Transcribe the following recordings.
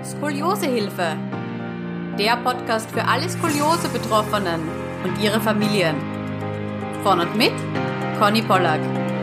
Skoliosehilfe. Der Podcast für alle Skoliose-Betroffenen und ihre Familien. Von und mit Conny Pollack.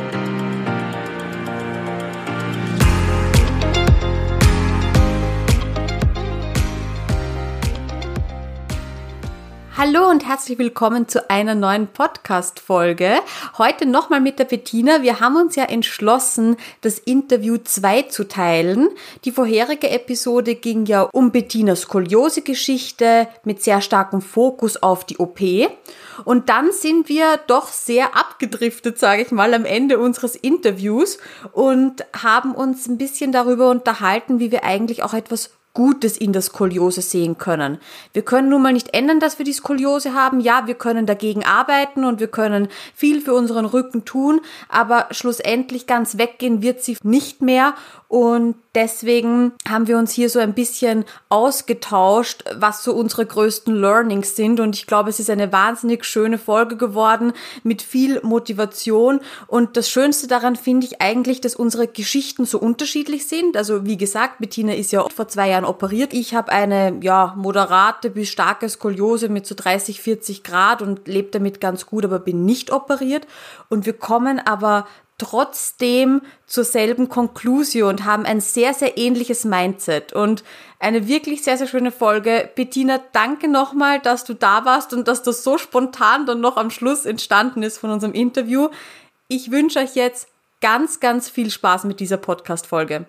Hallo und herzlich willkommen zu einer neuen Podcast-Folge. Heute nochmal mit der Bettina. Wir haben uns ja entschlossen, das Interview zweizuteilen. Die vorherige Episode ging ja um Bettinas Skoliose-Geschichte mit sehr starkem Fokus auf die OP. Und dann sind wir doch sehr abgedriftet, sage ich mal, am Ende unseres Interviews und haben uns ein bisschen darüber unterhalten, wie wir eigentlich auch etwas Gutes in der Skoliose sehen können. Wir können nun mal nicht ändern, dass wir die Skoliose haben. Ja, wir können dagegen arbeiten und wir können viel für unseren Rücken tun, aber schlussendlich ganz weggehen wird sie nicht mehr. Und deswegen haben wir uns hier so ein bisschen ausgetauscht, was so unsere größten Learnings sind. Und ich glaube, es ist eine wahnsinnig schöne Folge geworden mit viel Motivation. Und das Schönste daran finde ich eigentlich, dass unsere Geschichten so unterschiedlich sind. Also wie gesagt, Bettina ist ja vor 2 Jahren operiert. Ich habe eine moderate bis starke Skoliose mit so 30, 40 Grad und lebe damit ganz gut, aber bin nicht operiert. Und wir kommen aber trotzdem zur selben Konklusion und haben ein sehr, sehr ähnliches Mindset und eine wirklich sehr, sehr schöne Folge. Bettina, danke nochmal, dass du da warst und dass das so spontan dann noch am Schluss entstanden ist von unserem Interview. Ich wünsche euch jetzt ganz, ganz viel Spaß mit dieser Podcast-Folge.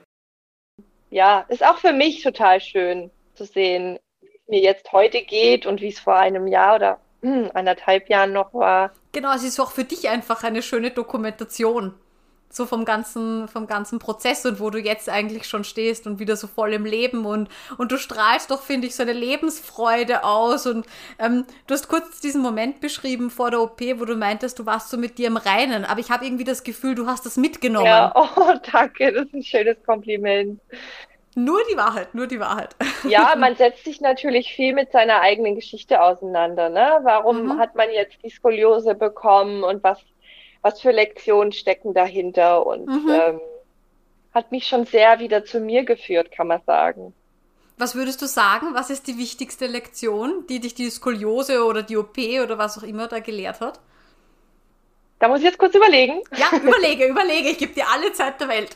Ja, ist auch für mich total schön zu sehen, wie es mir jetzt heute geht und wie es vor einem Jahr oder 1,5 Jahren noch war. Genau, es ist auch für dich einfach eine schöne Dokumentation, so vom ganzen Prozess und wo du jetzt eigentlich schon stehst und wieder so voll im Leben und du strahlst doch, finde ich, so eine Lebensfreude aus und du hast kurz diesen Moment beschrieben vor der OP, wo du meintest, du warst so mit dir im Reinen, aber ich habe irgendwie das Gefühl, du hast das mitgenommen. Ja, oh, danke, das ist ein schönes Kompliment. Nur die Wahrheit, nur die Wahrheit. Ja, man setzt sich natürlich viel mit seiner eigenen Geschichte auseinander, ne? Warum hat man jetzt die Skoliose bekommen und was für Lektionen stecken dahinter und hat mich schon sehr wieder zu mir geführt, kann man sagen. Was würdest du sagen, was ist die wichtigste Lektion, die dich die Skoliose oder die OP oder was auch immer da gelehrt hat? Da muss ich jetzt kurz überlegen. Ja, überlege. Ich gebe dir alle Zeit der Welt.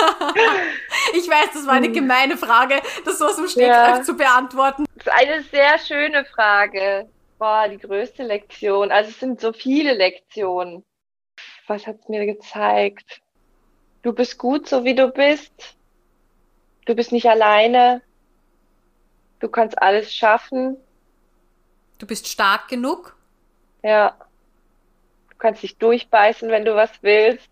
Ich weiß, das war eine gemeine Frage, das so aus dem Stegreif zu beantworten. Das ist eine sehr schöne Frage. Boah, die größte Lektion. Also es sind so viele Lektionen. Was hat's mir gezeigt? Du bist gut, so wie du bist. Du bist nicht alleine. Du kannst alles schaffen. Du bist stark genug. Ja. Du kannst dich durchbeißen, wenn du was willst.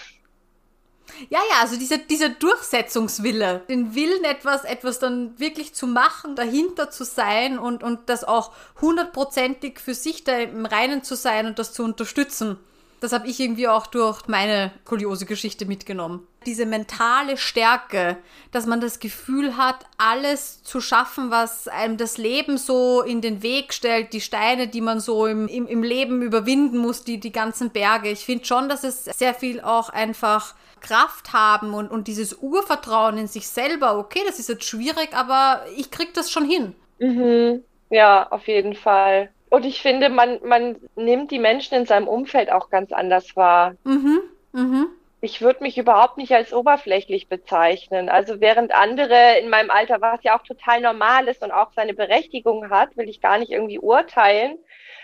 Ja, also dieser Durchsetzungswille, den Willen, etwas dann wirklich zu machen, dahinter zu sein und das auch 100%ig für sich da im Reinen zu sein und das zu unterstützen. Das habe ich irgendwie auch durch meine Skoliose-Geschichte mitgenommen. Diese mentale Stärke, dass man das Gefühl hat, alles zu schaffen, was einem das Leben so in den Weg stellt, die Steine, die man so im Leben überwinden muss, die ganzen Berge. Ich finde schon, dass es sehr viel auch einfach Kraft haben und dieses Urvertrauen in sich selber. Okay, das ist jetzt schwierig, aber ich krieg das schon hin. Mhm. Ja, auf jeden Fall. Und ich finde, man nimmt die Menschen in seinem Umfeld auch ganz anders wahr. Ich würde mich überhaupt nicht als oberflächlich bezeichnen. Also während andere in meinem Alter, was ja auch total normal ist und auch seine Berechtigung hat, will ich gar nicht irgendwie urteilen.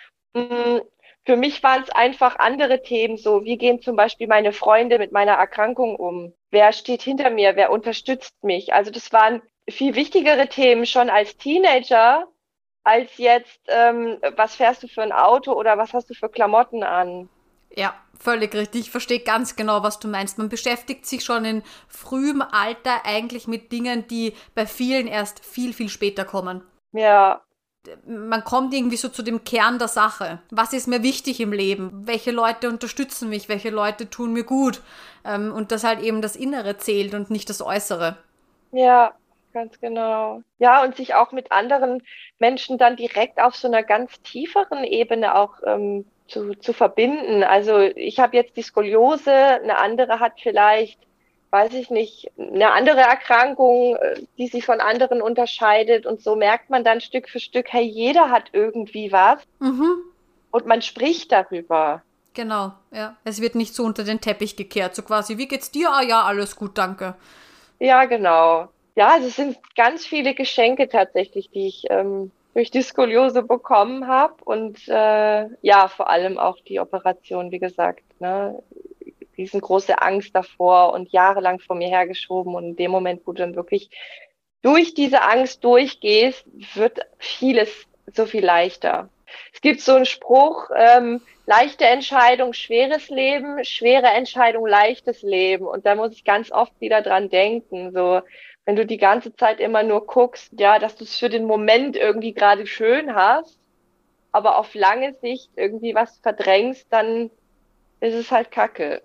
Für mich waren es einfach andere Themen, so wie gehen zum Beispiel meine Freunde mit meiner Erkrankung um? Wer steht hinter mir? Wer unterstützt mich? Also das waren viel wichtigere Themen schon als Teenager, als jetzt, was fährst du für ein Auto oder was hast du für Klamotten an? Ja, völlig richtig. Ich verstehe ganz genau, was du meinst. Man beschäftigt sich schon in frühem Alter eigentlich mit Dingen, die bei vielen erst viel, viel später kommen. Ja. Man kommt irgendwie so zu dem Kern der Sache. Was ist mir wichtig im Leben? Welche Leute unterstützen mich? Welche Leute tun mir gut? Und dass halt eben das Innere zählt und nicht das Äußere. Ja, ganz genau. Ja, und sich auch mit anderen Menschen dann direkt auf so einer ganz tieferen Ebene auch zu verbinden. Also ich habe jetzt die Skoliose, eine andere hat vielleicht weiß ich nicht, eine andere Erkrankung, die sich von anderen unterscheidet. Und so merkt man dann Stück für Stück, hey, jeder hat irgendwie was. Und man spricht darüber. Genau, ja. Es wird nicht so unter den Teppich gekehrt, so quasi, wie geht's dir? Ah ja, alles gut, danke. Ja, genau. Ja, also es sind ganz viele Geschenke tatsächlich, die ich durch die Skoliose bekommen habe. Und ja, vor allem auch die Operation, wie gesagt, ne? Riesengroße Angst davor und jahrelang vor mir hergeschoben. Und in dem Moment, wo du dann wirklich durch diese Angst durchgehst, wird vieles so viel leichter. Es gibt so einen Spruch, leichte Entscheidung, schweres Leben, schwere Entscheidung, leichtes Leben. Und da muss ich ganz oft wieder dran denken, so, wenn du die ganze Zeit immer nur guckst, ja, dass du es für den Moment irgendwie gerade schön hast, aber auf lange Sicht irgendwie was verdrängst, dann ist es halt Kacke.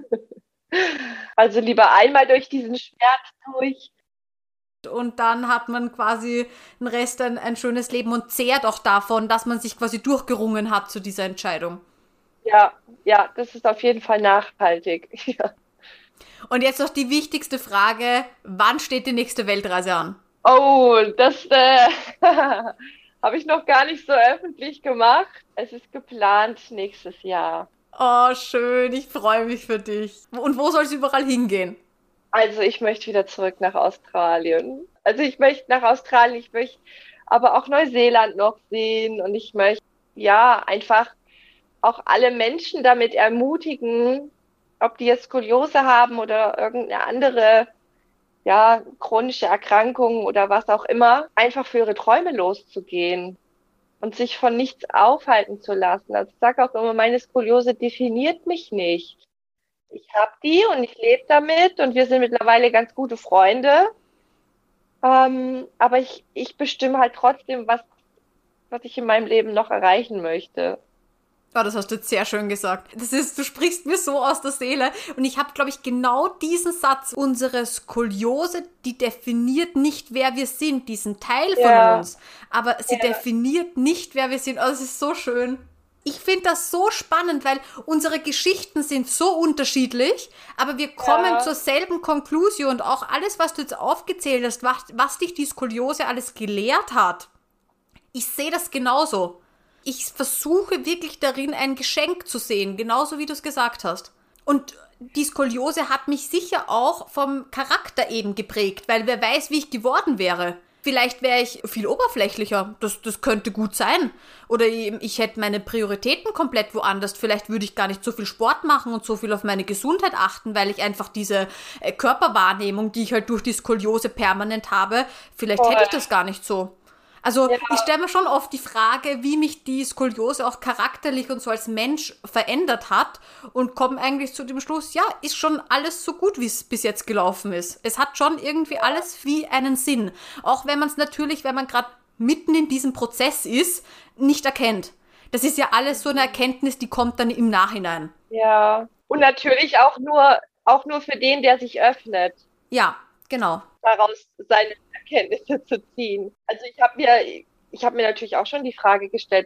Also lieber einmal durch diesen Schmerz durch. Und dann hat man quasi den Rest ein schönes Leben und zehrt auch davon, dass man sich quasi durchgerungen hat zu dieser Entscheidung. Ja, ja, das ist auf jeden Fall nachhaltig. Ja. Und jetzt noch die wichtigste Frage, wann steht die nächste Weltreise an? Oh, das habe ich noch gar nicht so öffentlich gemacht. Es ist geplant nächstes Jahr. Oh, schön, ich freue mich für dich. Und wo soll es überall hingehen? Also ich möchte wieder zurück nach Australien. Also ich möchte nach Australien, ich möchte aber auch Neuseeland noch sehen und ich möchte ja einfach auch alle Menschen damit ermutigen, ob die jetzt Skoliose haben oder irgendeine andere, ja, chronische Erkrankung oder was auch immer, einfach für ihre Träume loszugehen und sich von nichts aufhalten zu lassen. Also ich sage auch immer, meine Skoliose definiert mich nicht. Ich habe die und ich lebe damit und wir sind mittlerweile ganz gute Freunde. Aber ich bestimme halt trotzdem, was ich in meinem Leben noch erreichen möchte. Oh, das hast du jetzt sehr schön gesagt. Du sprichst mir so aus der Seele. Und ich habe, glaube ich, genau diesen Satz. Unsere Skoliose, die definiert nicht, wer wir sind, diesen Teil von uns. Aber sie definiert nicht, wer wir sind. Oh, das ist so schön. Ich finde das so spannend, weil unsere Geschichten sind so unterschiedlich, aber wir kommen zur selben Konklusion. Und auch alles, was du jetzt aufgezählt hast, was dich die Skoliose alles gelehrt hat. Ich sehe das genauso. Ich versuche wirklich darin ein Geschenk zu sehen, genauso wie du es gesagt hast. Und die Skoliose hat mich sicher auch vom Charakter eben geprägt, weil wer weiß, wie ich geworden wäre. Vielleicht wäre ich viel oberflächlicher, das könnte gut sein. Oder ich hätte meine Prioritäten komplett woanders. Vielleicht würde ich gar nicht so viel Sport machen und so viel auf meine Gesundheit achten, weil ich einfach diese Körperwahrnehmung, die ich halt durch die Skoliose permanent habe, vielleicht hätte ich das gar nicht so. Also ich stelle mir schon oft die Frage, wie mich die Skoliose auch charakterlich und so als Mensch verändert hat und komme eigentlich zu dem Schluss, ja, ist schon alles so gut, wie es bis jetzt gelaufen ist. Es hat schon irgendwie alles wie einen Sinn. Auch wenn man es natürlich, wenn man gerade mitten in diesem Prozess ist, nicht erkennt. Das ist ja alles so eine Erkenntnis, die kommt dann im Nachhinein. Ja. Und natürlich auch nur für den, der sich öffnet, Ja, genau. daraus seine Erkenntnisse zu ziehen. Also ich habe mir natürlich auch schon die Frage gestellt,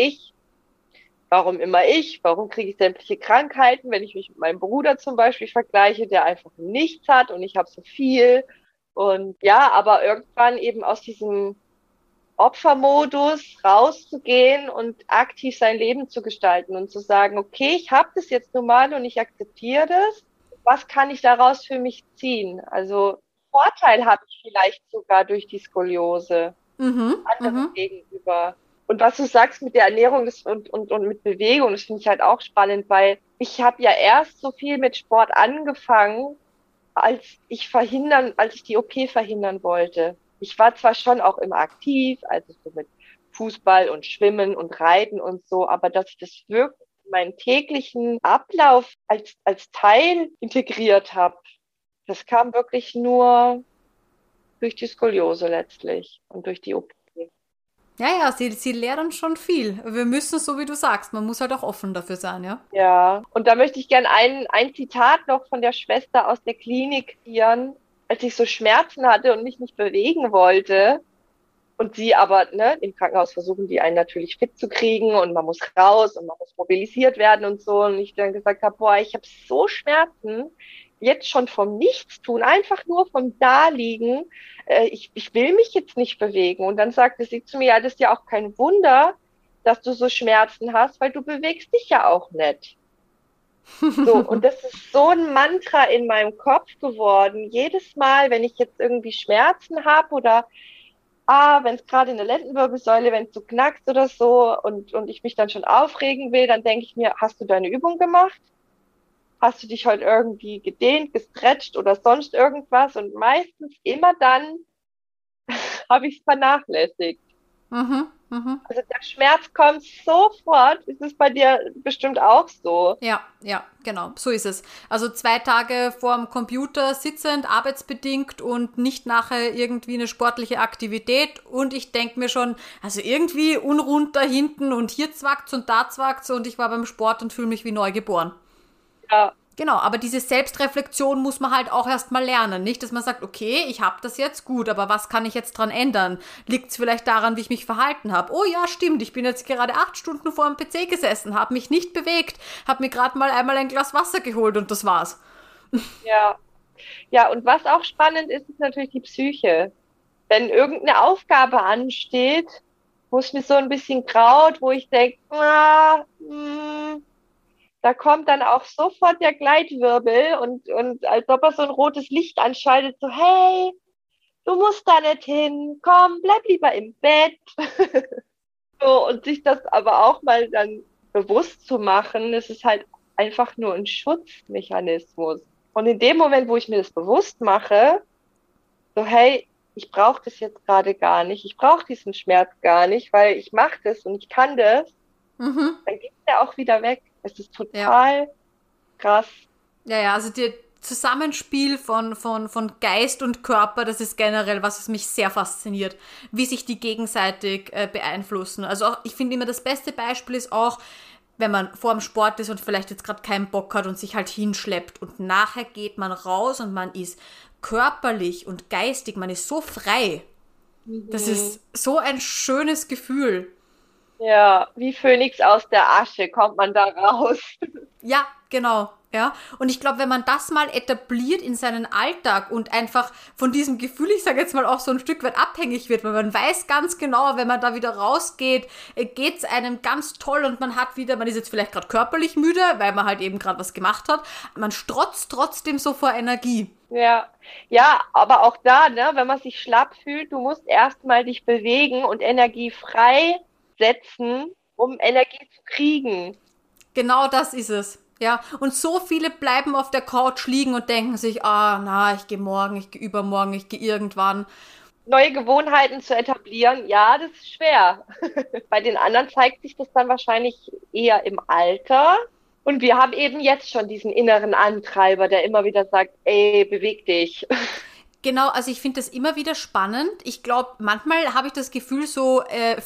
warum immer ich, warum kriege ich sämtliche Krankheiten, wenn ich mich mit meinem Bruder zum Beispiel vergleiche, der einfach nichts hat und ich habe so viel. Und ja, aber irgendwann eben aus diesem Opfermodus rauszugehen und aktiv sein Leben zu gestalten und zu sagen, okay, ich habe das jetzt nun mal und ich akzeptiere das. Was kann ich daraus für mich ziehen? Also Vorteil habe ich vielleicht sogar durch die Skoliose anderen gegenüber. Und was du sagst mit der Ernährung und mit Bewegung, das finde ich halt auch spannend, weil ich habe ja erst so viel mit Sport angefangen, als ich die OP verhindern wollte. Ich war zwar schon auch immer aktiv, also so mit Fußball und Schwimmen und Reiten und so, aber dass ich das wirklich in meinen täglichen Ablauf als Teil integriert habe, das kam wirklich nur durch die Skoliose letztlich und durch die OP. Ja, sie lehren schon viel. Wir müssen, so wie du sagst, man muss halt auch offen dafür sein, ja? Ja, und da möchte ich gern ein Zitat noch von der Schwester aus der Klinik zitieren, als ich so Schmerzen hatte und mich nicht bewegen wollte. Und sie aber, ne, im Krankenhaus versuchen die einen natürlich fit zu kriegen und man muss raus und man muss mobilisiert werden und so. Und ich dann gesagt habe, boah, ich habe so Schmerzen, jetzt schon vom Nichtstun, einfach nur vom Daliegen, ich will mich jetzt nicht bewegen. Und dann sagte sie zu mir, ja, das ist ja auch kein Wunder, dass du so Schmerzen hast, weil du bewegst dich ja auch nicht. So, und das ist so ein Mantra in meinem Kopf geworden. Jedes Mal, wenn ich jetzt irgendwie Schmerzen habe oder wenn es gerade in der Lendenwirbelsäule, wenn es so knackst oder so und ich mich dann schon aufregen will, dann denke ich mir, hast du deine Übung gemacht? Hast du dich heute irgendwie gedehnt, gestretcht oder sonst irgendwas? Und meistens immer dann habe ich es vernachlässigt. Mhm, mhm. Also der Schmerz kommt sofort. Ist es bei dir bestimmt auch so? Ja, ja, genau, so ist es. Also 2 Tage vorm Computer sitzend, arbeitsbedingt und nicht nachher irgendwie eine sportliche Aktivität und ich denke mir schon, also irgendwie unrund da hinten und hier zwackt's und da zwackt's und ich war beim Sport und fühle mich wie neugeboren. Ja, Genau, aber diese Selbstreflexion muss man halt auch erstmal lernen, nicht? Dass man sagt, okay, ich habe das jetzt gut, aber was kann ich jetzt dran ändern? Liegt es vielleicht daran, wie ich mich verhalten habe? Oh ja, stimmt, ich bin jetzt gerade 8 Stunden vor dem PC gesessen, habe mich nicht bewegt, habe mir gerade mal einmal ein Glas Wasser geholt und das war's. ja. Ja, und was auch spannend ist, ist natürlich die Psyche. Wenn irgendeine Aufgabe ansteht, wo es mir so ein bisschen graut, wo ich denke, da kommt dann auch sofort der Gleitwirbel und als ob er so ein rotes Licht anschaltet, so, hey, du musst da nicht hin, komm, bleib lieber im Bett. So, und sich das aber auch mal dann bewusst zu machen, es ist halt einfach nur ein Schutzmechanismus. Und in dem Moment, wo ich mir das bewusst mache, so, hey, ich brauche das jetzt gerade gar nicht, ich brauche diesen Schmerz gar nicht, weil ich mache das und ich kann das, Mhm. dann geht der auch wieder weg. Es ist Ja. total krass. Ja, ja, also das Zusammenspiel von Geist und Körper, das ist generell was mich sehr fasziniert, wie sich die gegenseitig beeinflussen. Also auch, ich finde immer, das beste Beispiel ist auch, wenn man vor dem Sport ist und vielleicht jetzt gerade keinen Bock hat und sich halt hinschleppt und nachher geht man raus und man ist körperlich und geistig, man ist so frei. Das Mhm. ist so ein schönes Gefühl. Ja, wie Phönix aus der Asche kommt man da raus. Ja, genau. Ja, und ich glaube, wenn man das mal etabliert in seinen Alltag und einfach von diesem Gefühl, ich sage jetzt mal auch so ein Stück weit abhängig wird, weil man weiß ganz genau, wenn man da wieder rausgeht, geht's einem ganz toll und man hat wieder, man ist jetzt vielleicht gerade körperlich müde, weil man halt eben gerade was gemacht hat, man strotzt trotzdem so vor Energie. Ja, ja, aber auch da, ne, wenn man sich schlapp fühlt, du musst erstmal dich bewegen und Energie freisetzen, um Energie zu kriegen. Genau das ist es. Ja, und so viele bleiben auf der Couch liegen und denken sich, na, ich gehe morgen, ich gehe übermorgen, ich gehe irgendwann. Neue Gewohnheiten zu etablieren, ja, das ist schwer. Bei den anderen zeigt sich das dann wahrscheinlich eher im Alter. Und wir haben eben jetzt schon diesen inneren Antreiber, der immer wieder sagt, ey, beweg dich. Genau, also ich finde das immer wieder spannend. Ich glaube, manchmal habe ich das Gefühl, so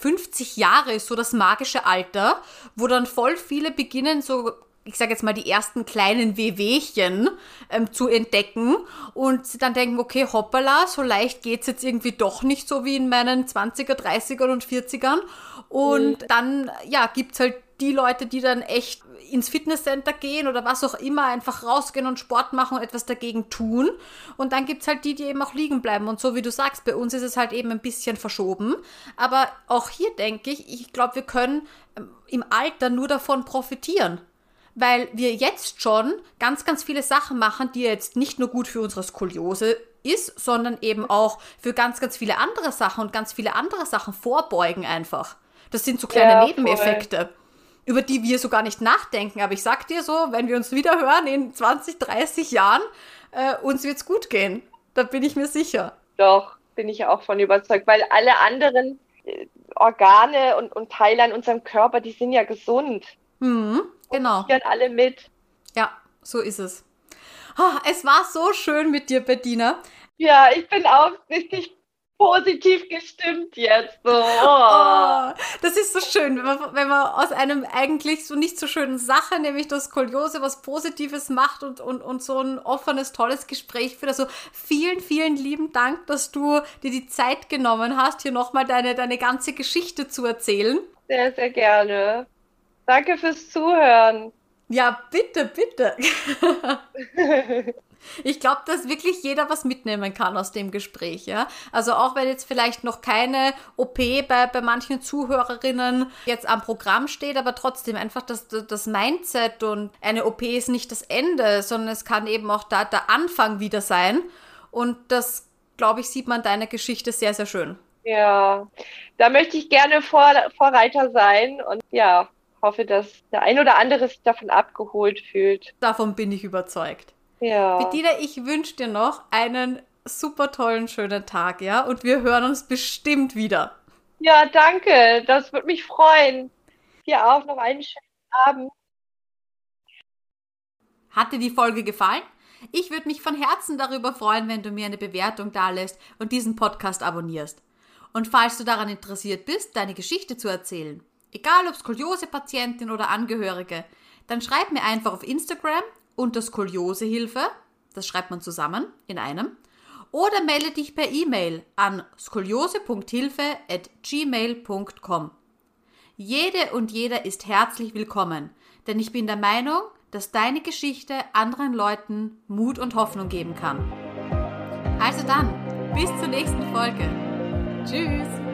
50 Jahre ist so das magische Alter, wo dann voll viele beginnen, so, ich sage jetzt mal, die ersten kleinen Wehwehchen zu entdecken und dann denken, okay, hoppala, so leicht geht's jetzt irgendwie doch nicht so wie in meinen 20er, 30er und 40ern. Und dann, ja, gibt's halt die Leute, die dann echt ins Fitnesscenter gehen oder was auch immer, einfach rausgehen und Sport machen und etwas dagegen tun. Und dann gibt's halt die, die eben auch liegen bleiben. Und so wie du sagst, bei uns ist es halt eben ein bisschen verschoben. Aber auch hier denke ich glaube, wir können im Alter nur davon profitieren. Weil wir jetzt schon ganz, ganz viele Sachen machen, die jetzt nicht nur gut für unsere Skoliose ist, sondern eben auch für ganz, ganz viele andere Sachen und ganz viele andere Sachen vorbeugen einfach. Das sind so kleine Ja, voll. Nebeneffekte, über die wir so gar nicht nachdenken. Aber ich sag dir so, wenn wir uns wieder hören in 20, 30 Jahren, uns wird's gut gehen. Da bin ich mir sicher. Doch, bin ich auch von überzeugt, weil alle anderen Organe und Teile an unserem Körper, die sind ja gesund. Mhm, genau. Profitieren alle mit. Ja, so ist es. Es war so schön mit dir, Bettina. Ja, ich bin auch richtig positiv gestimmt jetzt. So. Oh. Oh, das ist so schön, wenn man aus einem eigentlich so nicht so schönen Sache, nämlich das Skoliose, was Positives macht und so ein offenes, tolles Gespräch führt. Also vielen, vielen lieben Dank, dass du dir die Zeit genommen hast, hier nochmal deine ganze Geschichte zu erzählen. Sehr, sehr gerne. Danke fürs Zuhören. Ja, bitte, bitte. Ich glaube, dass wirklich jeder was mitnehmen kann aus dem Gespräch, ja. Also auch wenn jetzt vielleicht noch keine OP bei manchen Zuhörerinnen jetzt am Programm steht, aber trotzdem einfach das Mindset und eine OP ist nicht das Ende, sondern es kann eben auch da der Anfang wieder sein. Und das, glaube ich, sieht man deiner Geschichte sehr, sehr schön. Ja, da möchte ich gerne Vorreiter sein und ja, hoffe, dass der ein oder andere sich davon abgeholt fühlt. Davon bin ich überzeugt. Ja. Bettina, ich wünsche dir noch einen super tollen, schönen Tag, ja? Und wir hören uns bestimmt wieder. Ja, danke. Das würde mich freuen. Dir auch noch einen schönen Abend. Hat dir die Folge gefallen? Ich würde mich von Herzen darüber freuen, wenn du mir eine Bewertung dalässt und diesen Podcast abonnierst. Und falls du daran interessiert bist, deine Geschichte zu erzählen, egal ob Skoliose-Patientin oder Angehörige, dann schreib mir einfach auf Instagram unter Skoliosehilfe, das schreibt man zusammen in einem, oder melde dich per E-Mail an skoliose.hilfe@gmail.com. Jede und jeder ist herzlich willkommen, denn ich bin der Meinung, dass deine Geschichte anderen Leuten Mut und Hoffnung geben kann. Also dann, bis zur nächsten Folge. Tschüss!